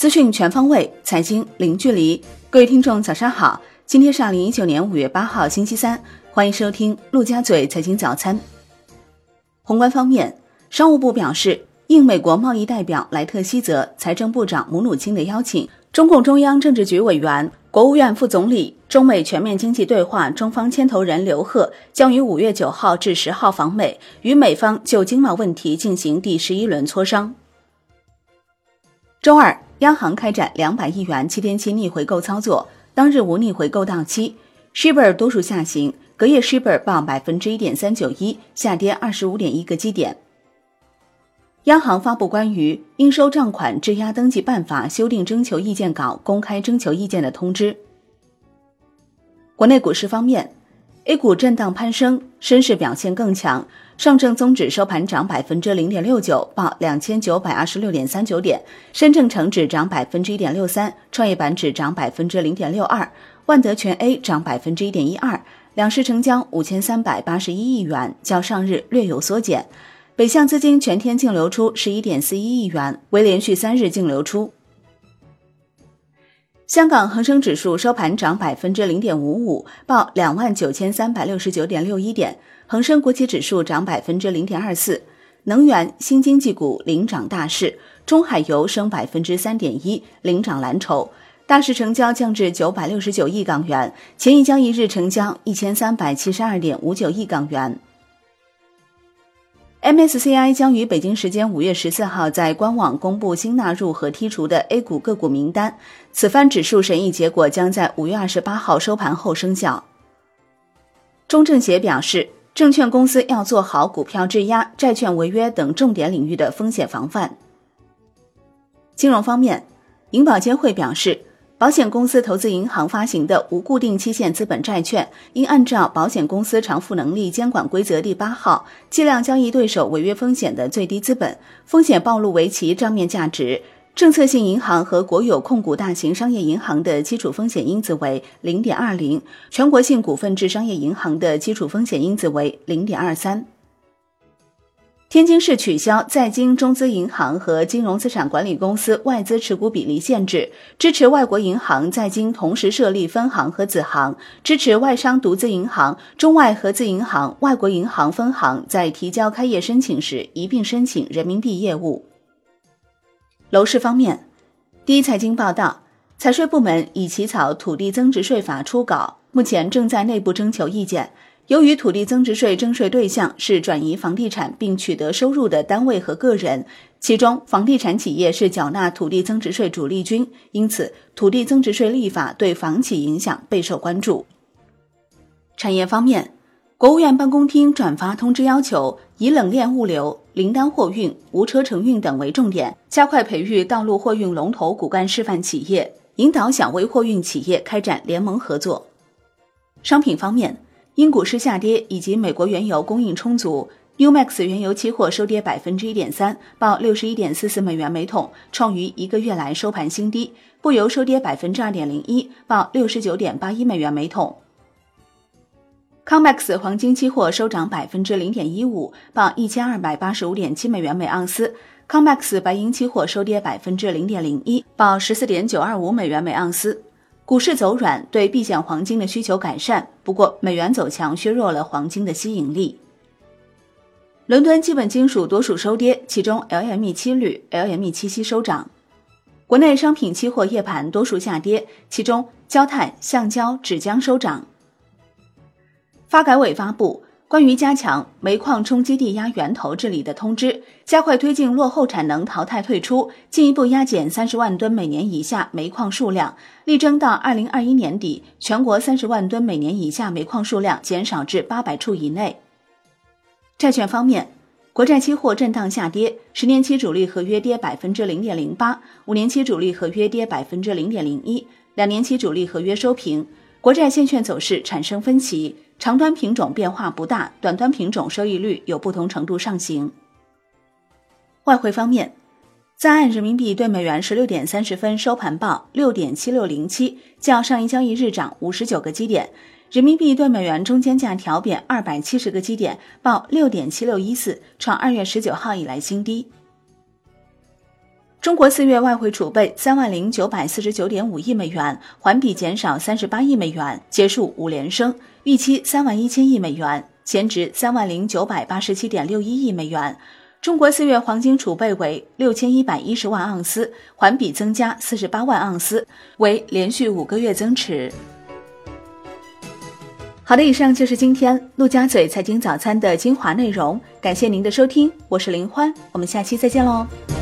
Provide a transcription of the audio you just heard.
资讯全方位，财经零距离。各位听众早上好，今天是2019年5月8号星期三，欢迎收听陆家嘴财经早餐。宏观方面，商务部表示，应美国贸易代表莱特希泽、财政部长姆努钦的邀请，中共中央政治局委员、国务院副总理、中美全面经济对话中方牵头人刘鹤将于5月9号至10号访美，与美方就经贸问题进行第11轮磋商。周二，央行开展200亿元7天期逆回购操作，当日无逆回购到期。Shibor 多数下行，隔夜 Shibor 报 1.391， 下跌 25.1 个基点。央行发布关于应收账款质押登记办法修订征求意见稿公开征求意见的通知。国内股市方面， A 股震荡攀升，深市表现更强，上证综指收盘涨 0.69%， 报 2926.39 点，深证成指涨 1.63%， 创业板指涨 0.62%， 万德全 A 涨 1.12%， 两市成交5381亿元，较上日略有缩减。北向资金全天净流出 11.41 亿元，为连续3日净流出。香港恒生指数收盘涨 0.55%， 报 29,369.61 点，恒生国企指数涨 0.24%。能源、新经济股领涨大市，中海油升 3.1%， 领涨蓝筹。大市成交降至969亿港元，前一交易日成交 1372.59 亿港元。MSCI 将于北京时间5月14号在官网公布新纳入和剔除的 A 股个股名单，此番指数审议结果将在5月28号收盘后生效。中证协表示，证券公司要做好股票质押、债券违约等重点领域的风险防范。金融方面，银保监会表示，保险公司投资银行发行的无固定期限资本债券，应按照保险公司偿付能力监管规则第8号，计量交易对手违约风险的最低资本，风险暴露为其账面价值。政策性银行和国有控股大型商业银行的基础风险因子为 0.20， 全国性股份制商业银行的基础风险因子为 0.23。天津市取消在京中资银行和金融资产管理公司外资持股比例限制，支持外国银行在京同时设立分行和子行，支持外商独资银行、中外合资银行、外国银行分行在提交开业申请时一并申请人民币业务。楼市方面，第一财经报道，财税部门已起草土地增值税法初稿，目前正在内部征求意见。由于土地增值税征税对象是转移房地产并取得收入的单位和个人，其中房地产企业是缴纳土地增值税主力军，因此土地增值税立法对房企影响备受关注。产业方面，国务院办公厅转发通知，要求以冷链物流、零单货运、无车承运等为重点，加快培育道路货运龙头骨干示范企业，引导小微货运企业开展联盟合作。商品方面，因股市下跌以及美国原油供应充足， NewMax 原油期货收跌 1.3%， 报 61.44 美元每桶，创于1个月来收盘新低。布油收跌 2.01%， 报 69.81 美元每桶。COMEX 黄金期货收涨 0.15%， 报 1285.7 美元每盎司。COMEX 白银期货收跌 0.01%， 报 14.925 美元每盎司。股市走软，对避险黄金的需求改善，不过美元走强削弱了黄金的吸引力。伦敦基本金属多数收跌，其中 LME 七铝、LME 七锡收涨。国内商品期货夜盘多数下跌，其中焦炭、橡胶、纸浆收涨。发改委发布关于加强煤矿冲击地压源头治理的通知，加快推进落后产能淘汰退出，进一步压减30万吨每年以下煤矿数量，力争到2021年底，全国30万吨每年以下煤矿数量减少至800处以内。债券方面，国债期货震荡下跌，10年期主力合约跌 0.08%， 5年期主力合约跌 0.01%， 2年期主力合约收平。国债现券走势产生分歧，长端品种变化不大，短端品种收益率有不同程度上行。外汇方面，在岸人民币对美元16点30分收盘报 6.7607， 较上一交易日涨59个基点，人民币对美元中间价调贬270个基点，报 6.7614， 创2月19号以来新低。 中国4月外汇储备30949.5亿美元，环比减少38亿美元，结束5连升，预期31000亿美元，前值30987.61亿美元。中国4月黄金储备为6110万盎司，环比增加48万盎司，为连续5个月增持。好的，以上就是今天陆家嘴财经早餐的精华内容，感谢您的收听，我是林欢，我们下期再见喽。